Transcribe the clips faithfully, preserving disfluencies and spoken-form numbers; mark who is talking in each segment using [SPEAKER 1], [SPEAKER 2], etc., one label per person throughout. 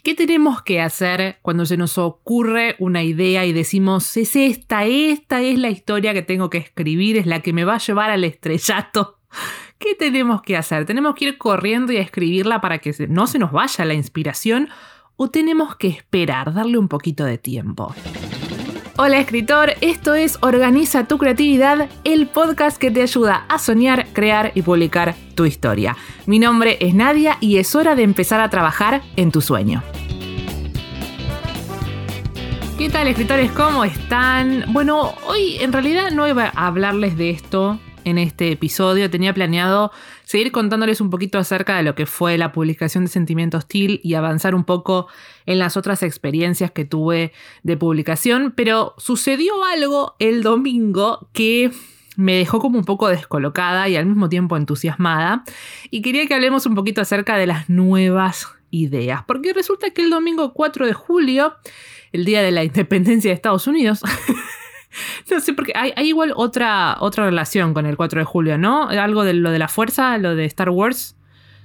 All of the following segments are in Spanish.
[SPEAKER 1] ¿Qué tenemos que hacer cuando se nos ocurre una idea y decimos, es esta, esta es la historia que tengo que escribir, es la que me va a llevar al estrellato? ¿Qué tenemos que hacer? ¿Tenemos que ir corriendo y a escribirla para que no se nos vaya la inspiración? ¿O tenemos que esperar, darle un poquito de tiempo? Hola escritor, esto es Organiza tu Creatividad, el podcast que te ayuda a soñar, crear y publicar tu historia. Mi nombre es Nadia y es hora de empezar a trabajar en tu sueño. ¿Qué tal escritores? ¿Cómo están? Bueno, hoy en realidad no iba a hablarles de esto en este episodio. Tenía planeado seguir contándoles un poquito acerca de lo que fue la publicación de Sentimiento Hostil y avanzar un poco en las otras experiencias que tuve de publicación, pero sucedió algo el domingo que me dejó como un poco descolocada y al mismo tiempo entusiasmada, y quería que hablemos un poquito acerca de las nuevas ideas, porque resulta que el domingo cuatro de julio, el día de la independencia de Estados Unidos, no sé, porque hay, hay igual otra, otra relación con el cuatro de julio, ¿no? Algo de lo de la fuerza, lo de Star Wars.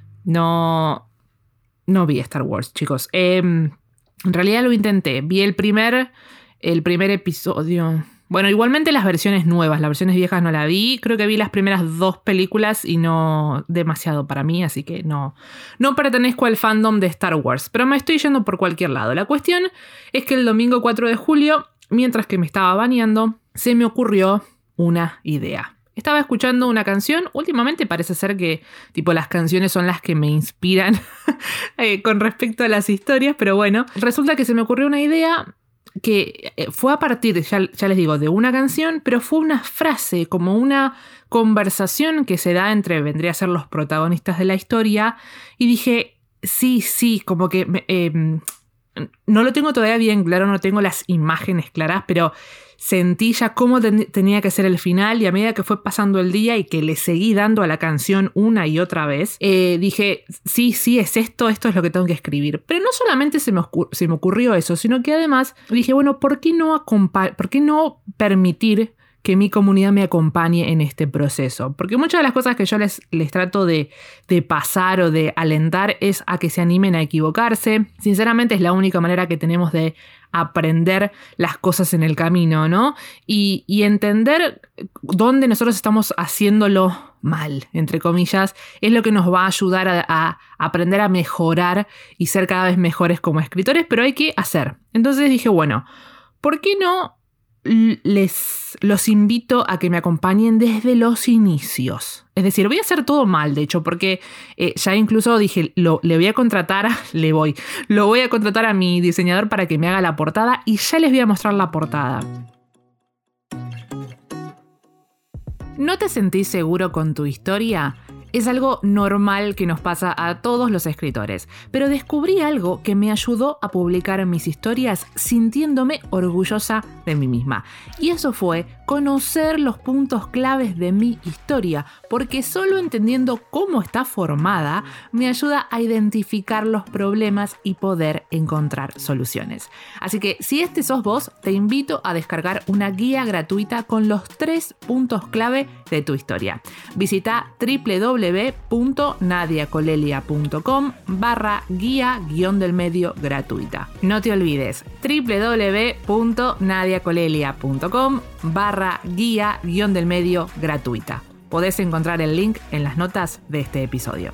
[SPEAKER 1] No, no vi Star Wars, chicos. Eh, en realidad lo intenté. Vi el primer, el primer episodio. Bueno, igualmente las versiones nuevas, las versiones viejas no la vi. Creo que vi las primeras dos películas y no demasiado para mí, así que no, no pertenezco al fandom de Star Wars. Pero me estoy yendo por cualquier lado. La cuestión es que el domingo cuatro de julio... mientras que me estaba bañando, se me ocurrió una idea. Estaba escuchando una canción. Últimamente parece ser que tipo las canciones son las que me inspiran eh, con respecto a las historias, pero bueno, resulta que se me ocurrió una idea que eh, fue a partir, ya, ya les digo, de una canción, pero fue una frase, como una conversación que se da entre, vendría a ser los protagonistas de la historia, y dije, sí, sí, como que... Eh, no lo tengo todavía bien claro, no tengo las imágenes claras, pero sentí ya cómo ten- tenía que ser el final, y a medida que fue pasando el día y que le seguí dando a la canción una y otra vez, eh, dije, sí, sí, es esto, esto es lo que tengo que escribir. Pero no solamente se me, ocur- se me ocurrió eso, sino que además dije, bueno, ¿por qué no, acompa- ¿por qué no permitir que mi comunidad me acompañe en este proceso? Porque muchas de las cosas que yo les, les trato de, de pasar o de alentar es a que se animen a equivocarse. Sinceramente es la única manera que tenemos de aprender las cosas en el camino, ¿no? Y, y entender dónde nosotros estamos haciéndolo mal, entre comillas, es lo que nos va a ayudar a, a aprender a mejorar y ser cada vez mejores como escritores, pero hay que hacer. Entonces dije, bueno, ¿por qué no les los invito a que me acompañen desde los inicios? Es decir, voy a hacer todo mal, de hecho, porque eh, ya incluso dije, lo, le voy a contratar, le voy, lo voy a contratar a mi diseñador para que me haga la portada, y ya les voy a mostrar la portada. ¿No te sentís seguro con tu historia? Es algo normal que nos pasa a todos los escritores, pero descubrí algo que me ayudó a publicar mis historias sintiéndome orgullosa de mí misma. Y eso fue conocer los puntos claves de mi historia, porque solo entendiendo cómo está formada me ayuda a identificar los problemas y poder encontrar soluciones. Así que si este sos vos, te invito a descargar una guía gratuita con los tres puntos clave de tu historia. Visita w w w punto nadiacolelia.com barra guía guión del medio gratuita. No te olvides, w w w punto nadiacolelia.com barra guía guión del medio gratuita. Podés encontrar el link en las notas de este episodio.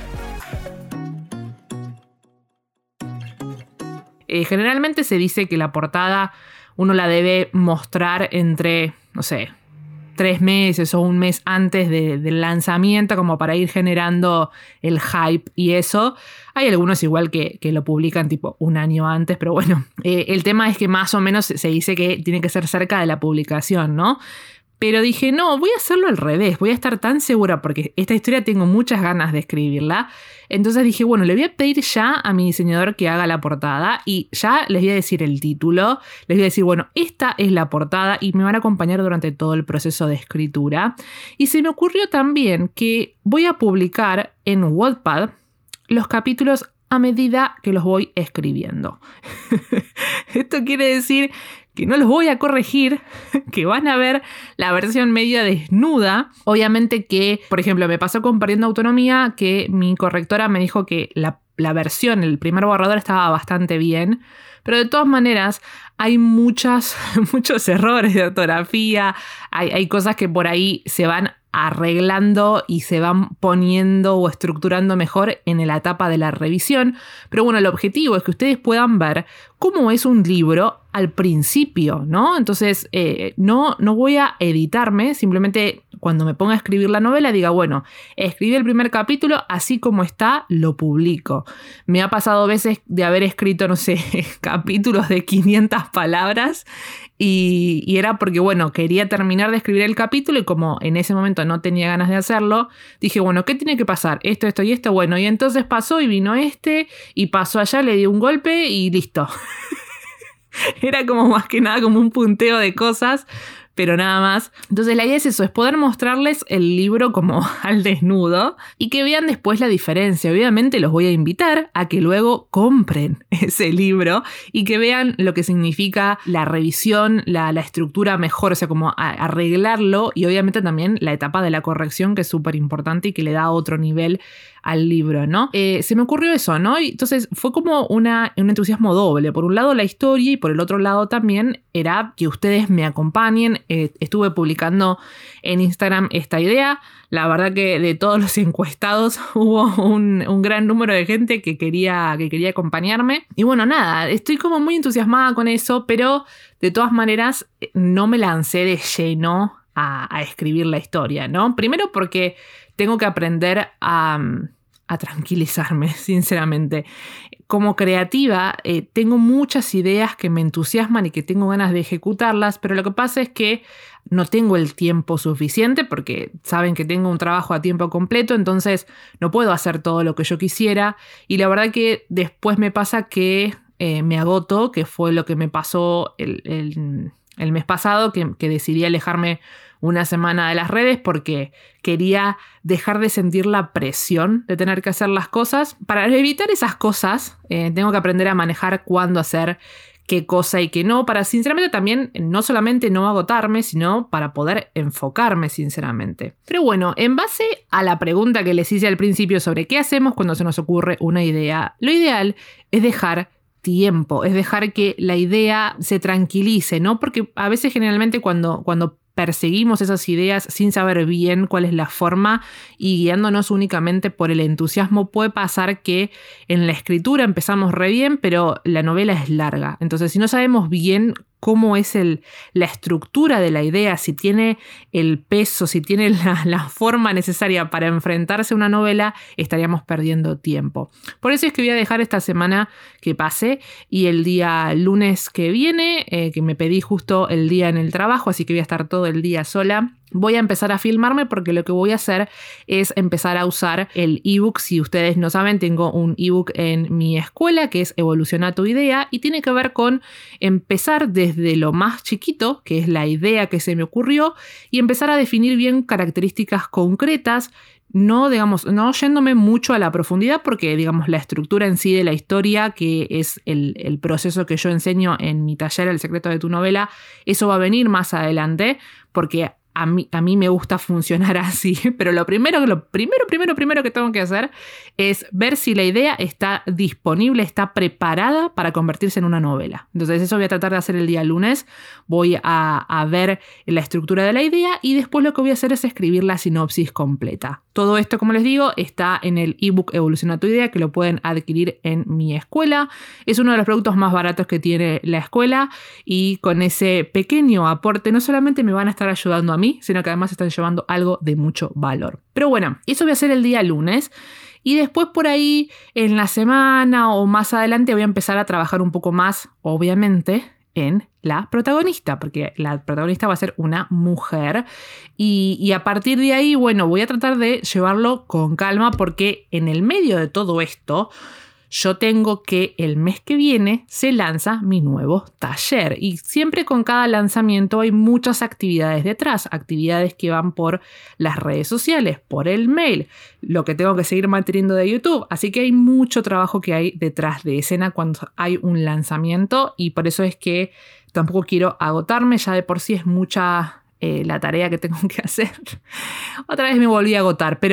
[SPEAKER 1] Eh, generalmente se dice que la portada uno la debe mostrar entre, no sé, tres meses o un mes antes de, del lanzamiento, como para ir generando el hype y eso. Hay algunos igual que, que lo publican tipo un año antes, pero bueno, eh, el tema es que más o menos se dice que tiene que ser cerca de la publicación, ¿no? Pero dije, no, voy a hacerlo al revés, voy a estar tan segura porque esta historia tengo muchas ganas de escribirla. Entonces dije, bueno, le voy a pedir ya a mi diseñador que haga la portada y ya les voy a decir el título, les voy a decir, bueno, esta es la portada y me van a acompañar durante todo el proceso de escritura. Y se me ocurrió también que voy a publicar en Wattpad los capítulos a medida que los voy escribiendo. Esto quiere decir que no los voy a corregir, que van a ver la versión media desnuda. Obviamente que, por ejemplo, me pasó con Perdiendo Autonomía, que mi correctora me dijo que la, la versión, el primer borrador estaba bastante bien, pero de todas maneras hay muchas, muchos errores de ortografía, hay, hay cosas que por ahí se van arreglando y se van poniendo o estructurando mejor en la etapa de la revisión. Pero bueno, el objetivo es que ustedes puedan ver cómo es un libro al principio, ¿no? Entonces, eh, no, no voy a editarme, simplemente cuando me ponga a escribir la novela diga, bueno, escribí el primer capítulo, así como está, lo publico. Me ha pasado veces de haber escrito, no sé, capítulos de quinientas palabras y, y era porque, bueno, quería terminar de escribir el capítulo y como en ese momento no tenía ganas de hacerlo, dije, bueno, ¿qué tiene que pasar? Esto, esto y esto, bueno, y entonces pasó y vino este y pasó allá, le di un golpe y listo. Era como más que nada como un punteo de cosas, pero nada más. Entonces la idea es eso, es poder mostrarles el libro como al desnudo y que vean después la diferencia. Obviamente los voy a invitar a que luego compren ese libro y que vean lo que significa la revisión, la, la estructura mejor, o sea, como a, arreglarlo y obviamente también la etapa de la corrección que es súper importante y que le da otro nivel al libro, ¿no? Eh, se me ocurrió eso, ¿no? Y entonces fue como una, un entusiasmo doble. Por un lado la historia y por el otro lado también era que ustedes me acompañen. Eh, estuve publicando en Instagram esta idea. La verdad que de todos los encuestados hubo un, un gran número de gente que quería, que quería acompañarme. Y bueno, nada, estoy como muy entusiasmada con eso, pero de todas maneras no me lancé de lleno a, a escribir la historia, ¿no? Primero porque tengo que aprender a, a tranquilizarme, sinceramente. Como creativa, eh, tengo muchas ideas que me entusiasman y que tengo ganas de ejecutarlas, pero lo que pasa es que no tengo el tiempo suficiente porque saben que tengo un trabajo a tiempo completo, entonces no puedo hacer todo lo que yo quisiera. Y la verdad que después me pasa que eh, me agoto, que fue lo que me pasó el, el, el mes pasado, que, que decidí alejarme una semana de las redes porque quería dejar de sentir la presión de tener que hacer las cosas. Para evitar esas cosas, eh, tengo que aprender a manejar cuándo hacer qué cosa y qué no, para sinceramente también no solamente no agotarme, sino para poder enfocarme sinceramente. Pero bueno, en base a la pregunta que les hice al principio sobre qué hacemos cuando se nos ocurre una idea, lo ideal es dejar tiempo, es dejar que la idea se tranquilice, ¿no? Porque a veces generalmente cuando, cuando perseguimos esas ideas sin saber bien cuál es la forma y guiándonos únicamente por el entusiasmo, puede pasar que en la escritura empezamos re bien, pero la novela es larga. Entonces, si no sabemos bien cómo es el, la estructura de la idea, si tiene el peso, si tiene la, la forma necesaria para enfrentarse a una novela, estaríamos perdiendo tiempo. Por eso es que voy a dejar esta semana que pase y el día lunes que viene, eh, que me pedí justo el día en el trabajo, así que voy a estar todo el día sola. Voy a empezar a filmarme porque lo que voy a hacer es empezar a usar el ebook. Si ustedes no saben, tengo un ebook en mi escuela que es Evoluciona tu idea y tiene que ver con empezar desde lo más chiquito, que es la idea que se me ocurrió, y empezar a definir bien características concretas, no, digamos, no yéndome mucho a la profundidad porque, digamos, la estructura en sí de la historia, que es el, el proceso que yo enseño en mi taller El secreto de tu novela, eso va a venir más adelante porque A mí, a mí me gusta funcionar así, pero lo primero, lo primero, primero, primero que tengo que hacer es ver si la idea está disponible, está preparada para convertirse en una novela. Entonces eso voy a tratar de hacer el día lunes. Voy a, a ver la estructura de la idea y después lo que voy a hacer es escribir la sinopsis completa. Todo esto, como les digo, está en el ebook Evoluciona tu idea, que lo pueden adquirir en mi escuela. Es uno de los productos más baratos que tiene la escuela y con ese pequeño aporte no solamente me van a estar ayudando a mí, sino que además están llevando algo de mucho valor. Pero bueno, eso voy a hacer el día lunes y después por ahí en la semana o más adelante voy a empezar a trabajar un poco más, obviamente, en la protagonista, porque la protagonista va a ser una mujer y, y a partir de ahí, bueno, voy a tratar de llevarlo con calma porque en el medio de todo esto yo tengo que el mes que viene se lanza mi nuevo taller y siempre con cada lanzamiento hay muchas actividades detrás, actividades que van por las redes sociales, por el mail, lo que tengo que seguir manteniendo de YouTube, así que hay mucho trabajo que hay detrás de escena cuando hay un lanzamiento y por eso es que tampoco quiero agotarme, ya de por sí es mucha Eh, la tarea que tengo que hacer. Otra vez me volví a agotar, pero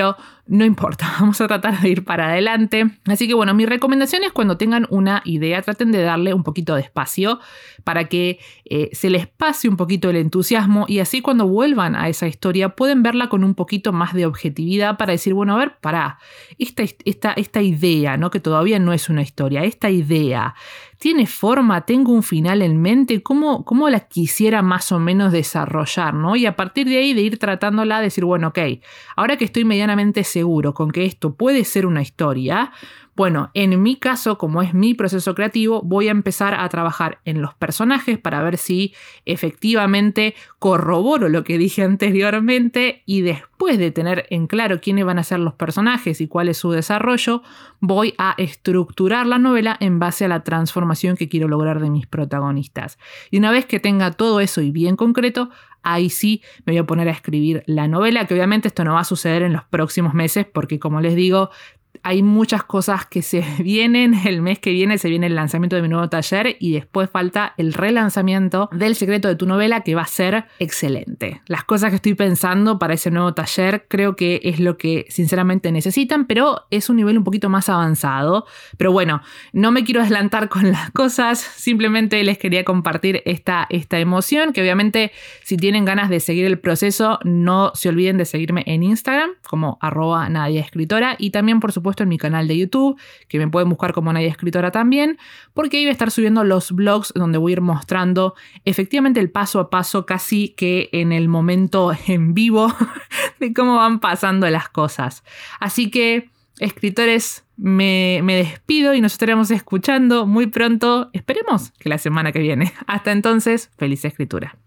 [SPEAKER 1] no importa, vamos a tratar de ir para adelante. Así que bueno, mi recomendación es cuando tengan una idea, traten de darle un poquito de espacio para que eh, se les pase un poquito el entusiasmo y así cuando vuelvan a esa historia pueden verla con un poquito más de objetividad para decir, bueno, a ver, pará, esta, esta, esta idea, ¿no? Que todavía no es una historia, esta idea ¿tiene forma? ¿Tengo un final en mente? ¿Cómo, cómo la quisiera más o menos desarrollar, ¿no? Y a partir de ahí de ir tratándola, decir, bueno, ok, ahora que estoy medianamente seguro con que esto puede ser una historia, bueno, en mi caso, como es mi proceso creativo, voy a empezar a trabajar en los personajes para ver si efectivamente corroboro lo que dije anteriormente y después de tener en claro quiénes van a ser los personajes y cuál es su desarrollo, voy a estructurar la novela en base a la transformación que quiero lograr de mis protagonistas. Y una vez que tenga todo eso y bien concreto, ahí sí me voy a poner a escribir la novela, que obviamente esto no va a suceder en los próximos meses porque, como les digo, hay muchas cosas que se vienen. El mes que viene se viene el lanzamiento de mi nuevo taller y después falta el relanzamiento del secreto de tu novela, que va a ser excelente. Las cosas que estoy pensando para ese nuevo taller creo que es lo que sinceramente necesitan, pero es un nivel un poquito más avanzado. Pero bueno, no me quiero adelantar con las cosas, simplemente les quería compartir esta, esta emoción, que obviamente si tienen ganas de seguir el proceso, no se olviden de seguirme en Instagram como arroba Nadia Escritora y también por supuesto en mi canal de YouTube, que me pueden buscar como Nadia Escritora también, porque ahí voy a estar subiendo los vlogs donde voy a ir mostrando efectivamente el paso a paso, casi que en el momento en vivo de cómo van pasando las cosas. Así que, escritores, me, me despido y nos estaremos escuchando muy pronto, esperemos que la semana que viene. Hasta entonces, feliz escritura.